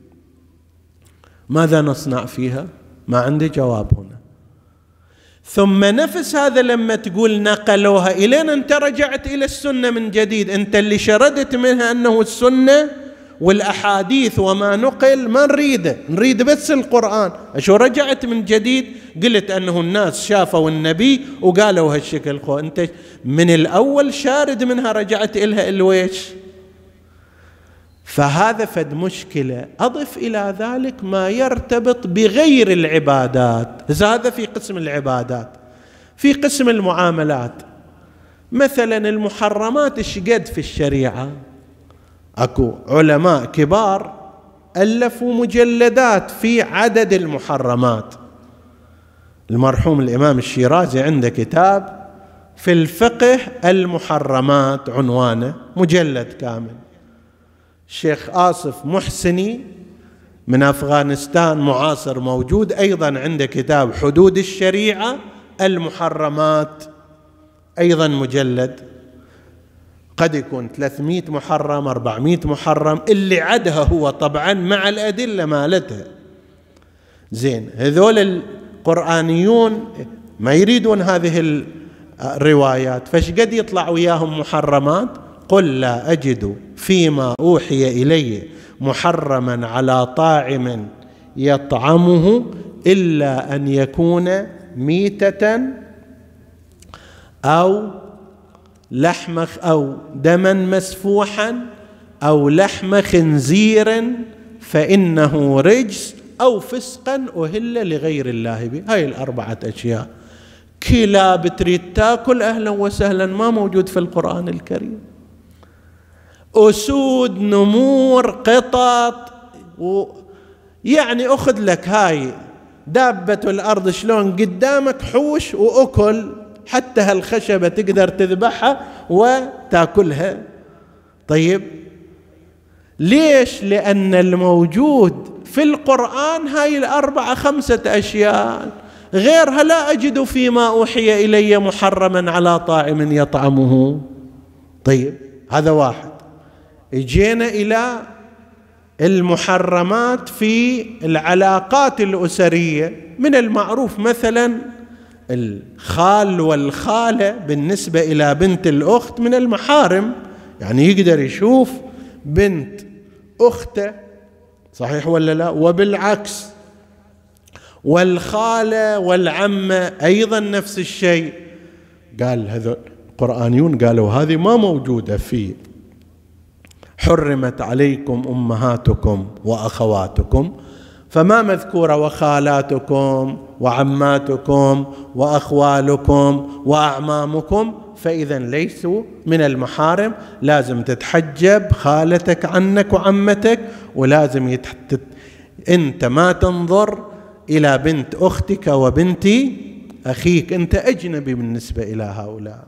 ماذا نصنع فيها؟ ما عندي جواب هنا. ثم نفس هذا لما تقول نقلوها إلينا، أنت رجعت إلى السنة من جديد، أنت اللي شردت منها أنه السنة والأحاديث وما نقل ما نريد بس القرآن. أشو رجعت من جديد قلت أنه الناس شافوا النبي وقالوا هالشكل. أنت من الأول شارد منها، رجعت إلها الويش. فهذا فد مشكلة. أضف إلى ذلك ما يرتبط بغير العبادات، هذا في قسم العبادات. في قسم المعاملات مثلا المحرمات الشقد في الشريعة، اكو علماء كبار ألفوا مجلدات في عدد المحرمات. المرحوم الإمام الشيرازي عنده كتاب في الفقه المحرمات عنوانه، مجلد كامل. الشيخ آصف محسني من أفغانستان معاصر موجود أيضا عنده كتاب حدود الشريعة المحرمات، أيضا مجلد، قد يكون 300 محرم 400 محرم، اللي عدها هو طبعا مع الأدلة مالتها. زين، هذول القرآنيون ما يريدون هذه الروايات، فايش قد يطلع وياهم محرمات؟ قل لا أجد فيما أوحي إلي محرما على طاعم يطعمه إلا أن يكون ميتة أو لحم أو دما مسفوحا أو لحم خنزير فإنه رجس أو فسقا أهل لغير الله به. هاي الأربعة أشياء. كلاب تريد تاكل أهلا وسهلا، ما موجود في القرآن الكريم. أسود، نمور، قطط، يعني أخذ لك هاي دابة الأرض شلون قدامك، حوش وأكل، حتى هالخشبة تقدر تذبحها وتاكلها. طيب ليش؟ لأن الموجود في القرآن هاي الأربعة 5 أشياء، غيرها لا أجد فيما أوحي إلي محرما على طاعم يطعمه. طيب هذا واحد. اجينا إلى المحرمات في العلاقات الأسرية. من المعروف مثلا الخال والخالة بالنسبة إلى بنت الأخت من المحارم، يعني يقدر يشوف بنت أخته، صحيح ولا لا؟ وبالعكس، والخالة والعمة أيضا نفس الشيء. قال هذول القرآنيون قالوا هذه ما موجودة في حرمت عليكم أمهاتكم وأخواتكم، فما مذكورة وخالاتكم وعماتكم وأخوالكم وأعمامكم، فإذا ليسوا من المحارم. لازم تتحجب خالتك عنك وعمتك، ولازم أنت ما تنظر إلى بنت أختك وبنت أخيك، أنت أجنبي بالنسبة إلى هؤلاء.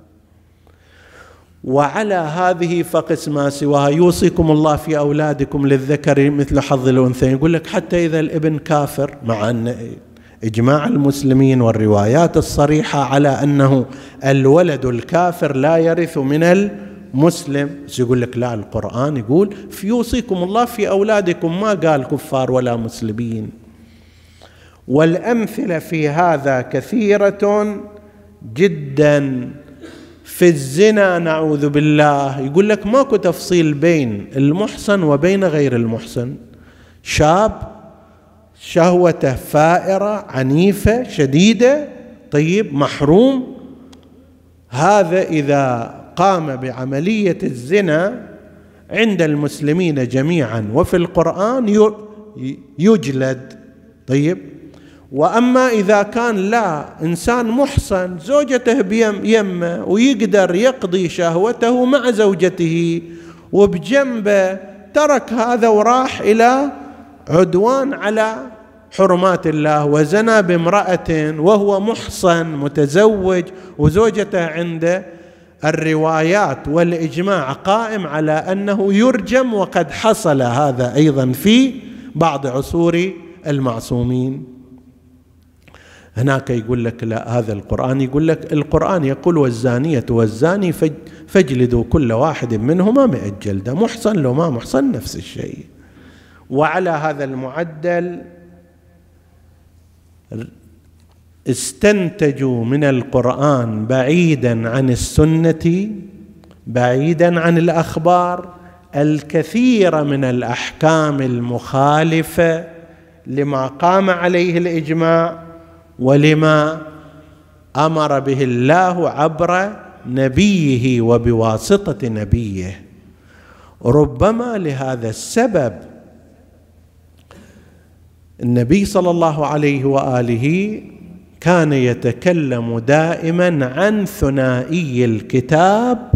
وعلى هذه فقس ما سواها. يوصيكم الله في أولادكم للذكر مثل حظ الأنثيين. يقول لك حتى إذا الابن كافر، مع أن إجماع المسلمين والروايات الصريحة على أنه الولد الكافر لا يرث من المسلم، يقول لك لا، القرآن يقول يوصيكم الله في أولادكم، ما قال كفار ولا مسلمين. والأمثلة في هذا كثيرة جدا. في الزنا نعوذ بالله، يقول لك ماكو تفصيل بين المحصن وبين غير المحصن. شاب شهوته فائرة عنيفة شديدة، طيب محروم، هذا إذا قام بعملية الزنا عند المسلمين جميعا وفي القرآن يجلد. طيب، وأما إذا كان لا، إنسان محصن زوجته بيمه ويقدر يقضي شهوته مع زوجته وبجنبه، ترك هذا وراح إلى عدوان على حرمات الله وزنى بامرأة وهو محصن متزوج وزوجته عنده، الروايات والإجماع قائم على أنه يرجم، وقد حصل هذا أيضا في بعض عصور المعصومين. هناك يقول لك لا، هذا القرآن يقول لك، القرآن يقول والزانية والزاني فاجلدوا كل واحد منهما 100 جلدة، محصن لو ما محصن نفس الشيء. وعلى هذا المعدل استنتجوا من القرآن بعيدا عن السنة، بعيدا عن الأخبار، الكثير من الأحكام المخالفة لما قام عليه الإجماع ولما أمر به الله عبر نبيه وبواسطة نبيه. ربما لهذا السبب النبي صلى الله عليه وآله كان يتكلم دائما عن ثنائي الكتاب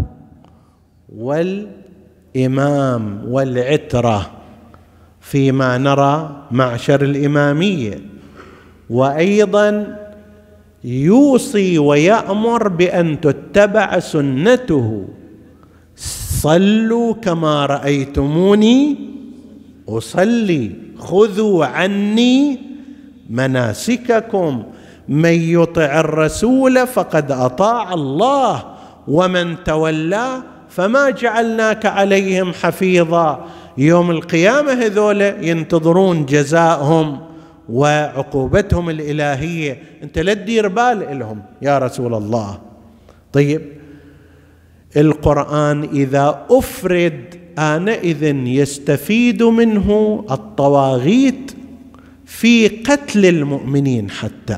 والإمام والعترة فيما نرى معشر الإمامية، وأيضا يوصي ويأمر بأن تتبع سنته: صلوا كما رأيتموني أصلي، خذوا عني مناسككم، من يطع الرسول فقد أطاع الله، ومن تولى فما جعلناك عليهم حفيظا. يوم القيامة هذول ينتظرون جزاءهم وعقوبتهم الإلهية، أنت لا تدير بال لهم يا رسول الله. طيب، القرآن إذا أفرد آنئذ يستفيد منه الطواغيت في قتل المؤمنين. حتى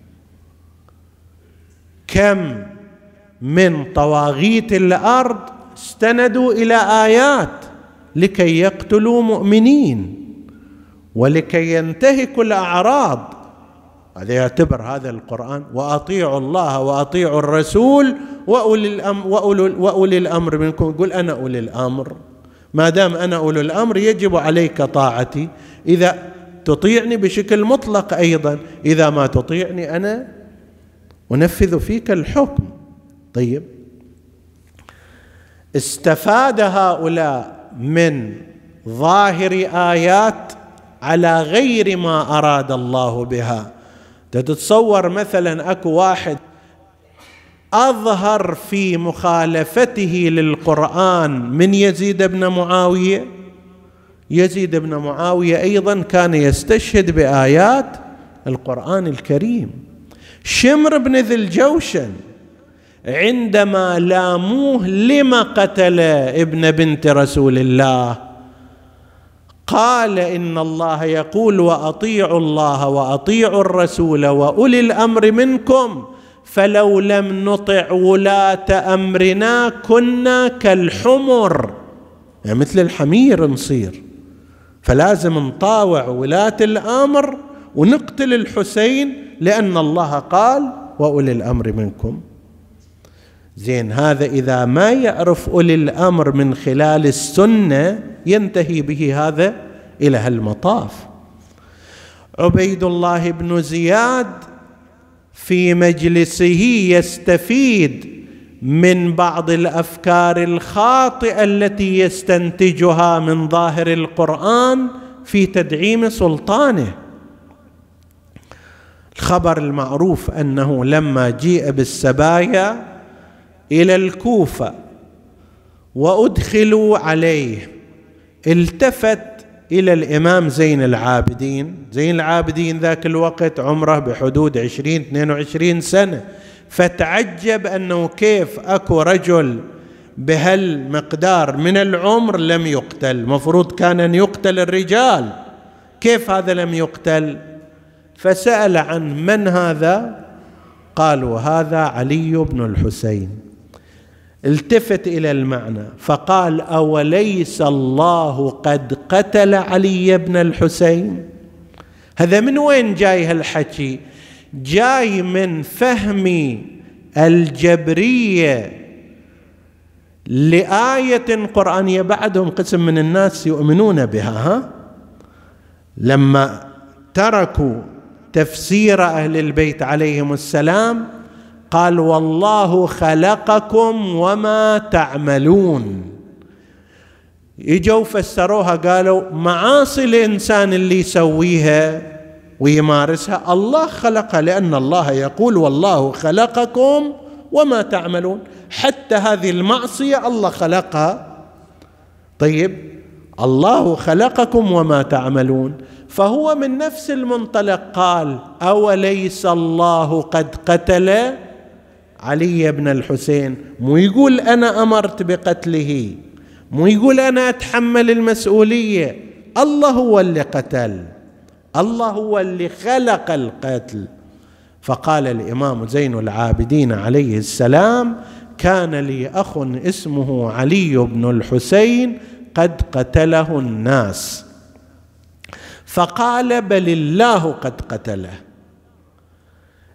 كم من طواغيت الأرض استندوا إلى آيات لكي يقتلوا مؤمنين ولكي ينتهكوا الأعراض. هذا يعتبر هذا القرآن: وأطيعوا الله وأطيعوا الرسول وأولي الأمر منكم. يقول أنا أولي الأمر، ما دام أنا أولي الأمر يجب عليك طاعتي، إذا تطيعني بشكل مطلق، أيضا إذا ما تطيعني أنا أنفذ فيك الحكم. طيب، استفاد هؤلاء من ظاهر آيات على غير ما أراد الله بها. تتصور مثلا أكو واحد أظهر في مخالفته للقرآن من يزيد بن معاوية. يزيد بن معاوية أيضا كان يستشهد بآيات القرآن الكريم. شمر بن ذي الجوشن عندما لاموه لما قتل ابن بنت رسول الله، قال إن الله يقول: وأطيعوا الله وأطيعوا الرسول وأولي الأمر منكم، فلو لم نطع ولاة أمرنا كنا كالحمر، يعني مثل الحمير نصير، فلازم نطاوع ولاة الأمر ونقتل الحسين لأن الله قال: وأولي الأمر منكم. زين، هذا إذا ما يعرف أولي الأمر من خلال السنة ينتهي به هذا إلى هالمطاف. عبيد الله بن زياد في مجلسه يستفيد من بعض الأفكار الخاطئة التي يستنتجها من ظاهر القرآن في تدعيم سلطانه. الخبر المعروف أنه لما جيء بالسبايا إلى الكوفة وأدخلوا عليه، التفت إلى الإمام زين العابدين. زين العابدين ذاك الوقت عمره بحدود 20-22 سنة، فتعجب أنه كيف أكو رجل بهالمقدار من العمر لم يقتل، مفروض كان أن يقتل الرجال، كيف هذا لم يقتل؟ فسأل عن من هذا؟ قالوا هذا علي بن الحسين. التفت إلى المعنى فقال: أوليس الله قد قتل علي بن الحسين؟ هذا من وين جاي هالحكي؟ جاي من فهم الجبرية لآية قرآنية بعدهم قسم من الناس يؤمنون بها. لما تركوا تفسير أهل البيت عليهم السلام قال: والله خلقكم وما تعملون. يجوا فسروها قالوا: معاصي الإنسان اللي يسويها ويمارسها الله خلقها، لأن الله يقول: والله خلقكم وما تعملون، حتى هذه المعصية الله خلقها. طيب، الله خلقكم وما تعملون، فهو من نفس المنطلق قال: أوليس الله قد قتل علي بن الحسين؟ مو يقول أنا أمرت بقتله، مو يقول أنا أتحمل المسؤولية، الله هو اللي قتل، الله هو اللي خلق القتل. فقال الإمام زين العابدين عليه السلام: كان لي أخ اسمه علي بن الحسين قد قتله الناس. فقال: بل الله قد قتله.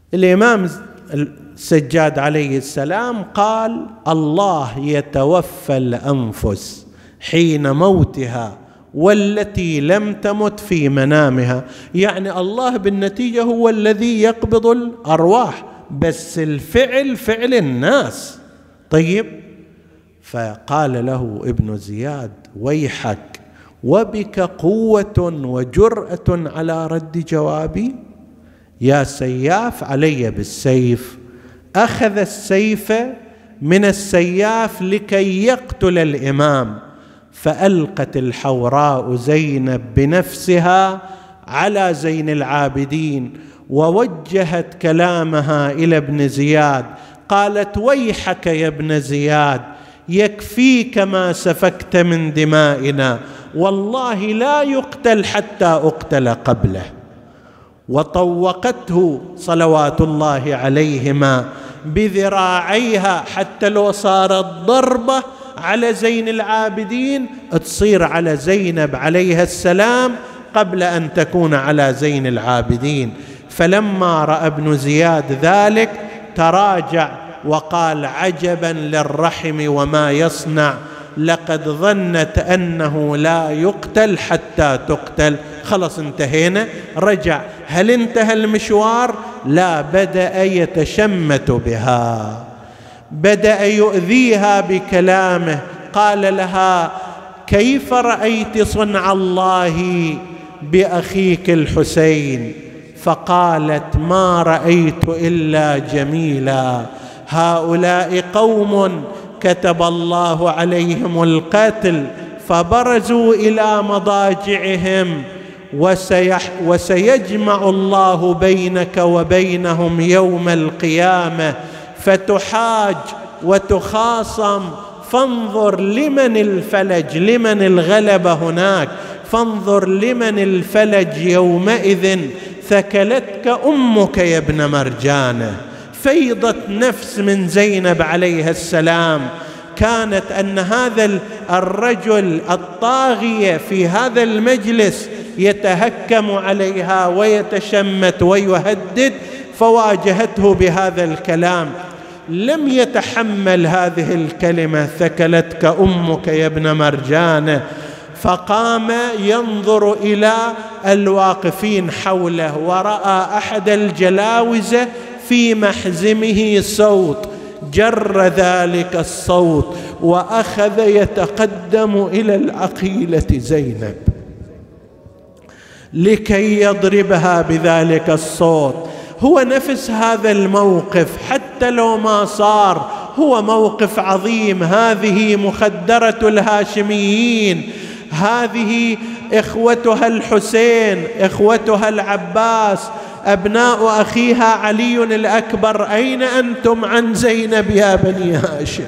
الإمام السجاد عليه السلام قال: الله يتوفى الأنفس حين موتها والتي لم تمت في منامها. يعني الله بالنتيجة هو الذي يقبض الأرواح، بس الفعل فعل الناس. طيب، فقال له ابن زياد: ويحك، وبك قوة وجرأة على رد جوابي؟ يا سياف علي بالسيف. أخذ السيف من السياف لكي يقتل الإمام، فألقت الحوراء زينب بنفسها على زين العابدين ووجهت كلامها إلى ابن زياد، قالت: ويحك يا ابن زياد، يكفيك ما سفكت من دمائنا، والله لا يقتل حتى أقتل قبله. وطوقته صلوات الله عليهما بذراعيها حتى لو صارت ضربة على زين العابدين تصير على زينب عليها السلام قبل أن تكون على زين العابدين. فلما رأى ابن زياد ذلك تراجع وقال: عجبا للرحم وما يصنع، لقد ظنت أنه لا يقتل حتى تقتل. خلص انتهينا. رجع. هل انتهى المشوار؟ لا، بدأ يتشمت بها، بدأ يؤذيها بكلامه. قال لها: كيف رأيت صنع الله بأخيك الحسين؟ فقالت: ما رأيت إلا جميلا، هؤلاء قوم كتب الله عليهم القتل فبرزوا إلى مضاجعهم، وسيجمع الله بينك وبينهم يوم القيامة فتحاج وتخاصم، فانظر لمن الفلج، لمن الغلبة هناك، فانظر لمن الفلج يومئذ، ثكلتك أمك يا ابن مرجانة. فيضة نفس من زينب عليها السلام كانت أن هذا الرجل الطاغية في هذا المجلس يتهكم عليها ويتشمت ويهدد، فواجهته بهذا الكلام. لم يتحمل هذه الكلمة: ثكلتك أمك يا ابن مرجانة، فقام ينظر إلى الواقفين حوله، ورأى أحد الجلاوزة في محزمه صوت، جر ذلك الصوت وأخذ يتقدم إلى العقيلة زينب لكي يضربها بذلك الصوت. هو نفس هذا الموقف، حتى لو ما صار، هو موقف عظيم. هذه مخدرة الهاشميين، هذه إخوتها الحسين، إخوتها العباس، أبناء أخيها علي الأكبر، أين أنتم عن زينب يا بني هاشم؟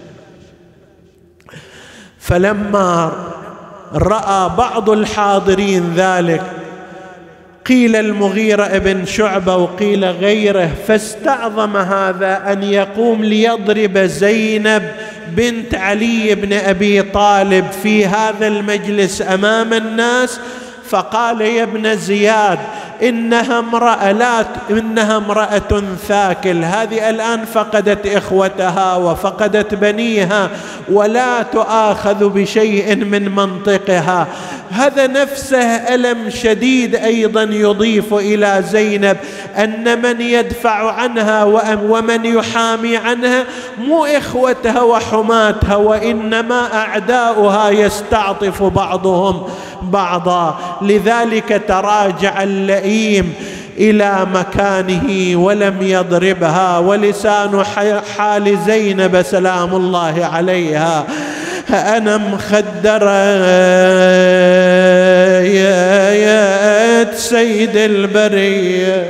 فلما رأى بعض الحاضرين ذلك، قيل المغيرة بن شعبة وقيل غيره، فاستعظم هذا أن يقوم ليضرب زينب بنت علي بن أبي طالب في هذا المجلس أمام الناس. فقال: يا ابن زياد، إنها امرأة ثاكل، هذه الآن فقدت إخوتها وفقدت بنيها ولا تؤاخذ بشيء من منطقها. هذا نفسه ألم شديد أيضا يضيف إلى زينب أن من يدفع عنها ومن يحامي عنها مو إخوتها وحماتها، وإنما أعداؤها يستعطف بعضهم بعضا. لذلك تراجع اللئيم إلى مكانه ولم يضربها. ولسان حال زينب سلام الله عليها: أنا مخدرة يا سيد البرية،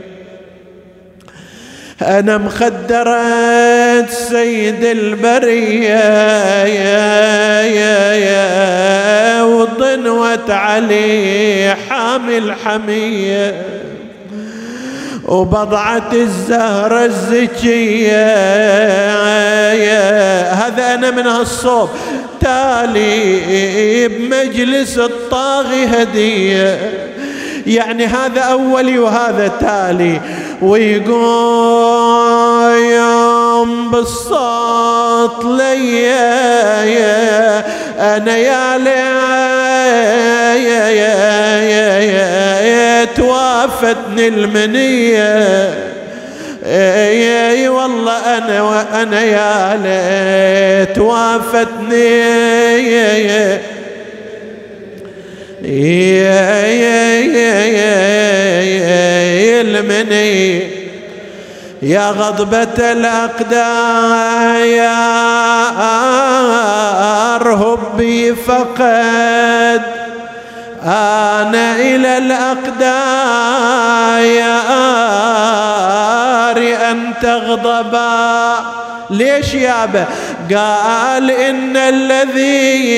أنا مخدرة سيد البرية يا وضنوة علي حامل حمية، وبضعة الزهرة الزكية. هذا أنا من هالصوب تالي بمجلس الطاغي هدية، يعني هذا أولي وهذا تالي. ويقوم بالصوت لي أنا يا ليت وافتني المنية والله أنا يا ليت وافتني المني يا غضبة الأقدار هبي فقد أنا إلى الأقدار أن تغضبا. ليش يابا؟ قال إن الذي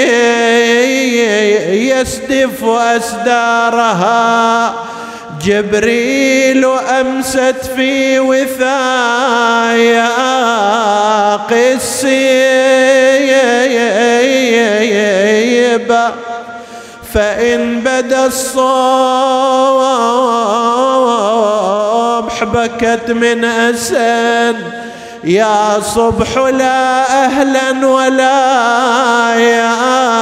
يسدف أسدارها جبريل أمست في وثايق السيب فإن بدا الصبح بكت من أسد يا صبح لا أهلا ولا يا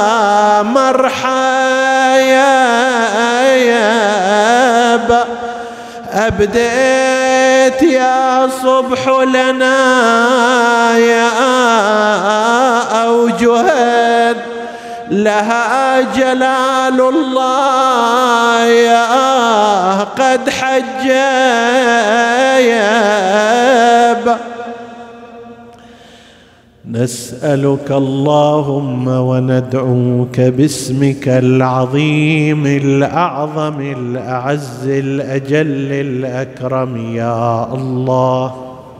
مرحبا أبديت يا صبح لنا يا أوجها لها جلال الله يا قد حجب. نسألك اللهم وندعوك باسمك العظيم الأعظم الأعز الأجل الأكرم يا الله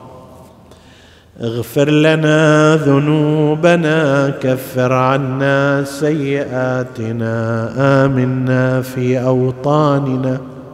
اغفر لنا ذنوبنا كفر عنا سيئاتنا آمنا في أوطاننا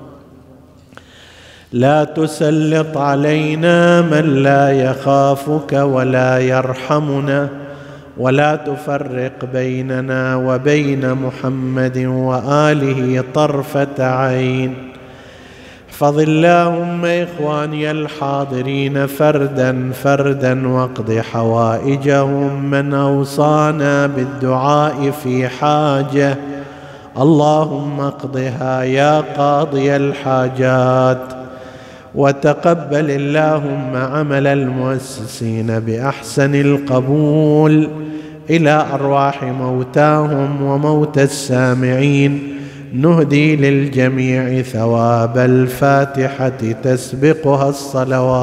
لا تسلط علينا من لا يخافك ولا يرحمنا ولا تفرق بيننا وبين محمد وآله طرفة عين. احفظ اللهم إخواني الحاضرين فردا فردا واقض حوائجهم من أوصانا بالدعاء في حاجة اللهم اقضها يا قاضي الحاجات وتقبل اللهم عمل المؤسسين بأحسن القبول إلى أرواح موتاهم وموتى السامعين. نهدي للجميع ثواب الفاتحة تسبقها الصلوات.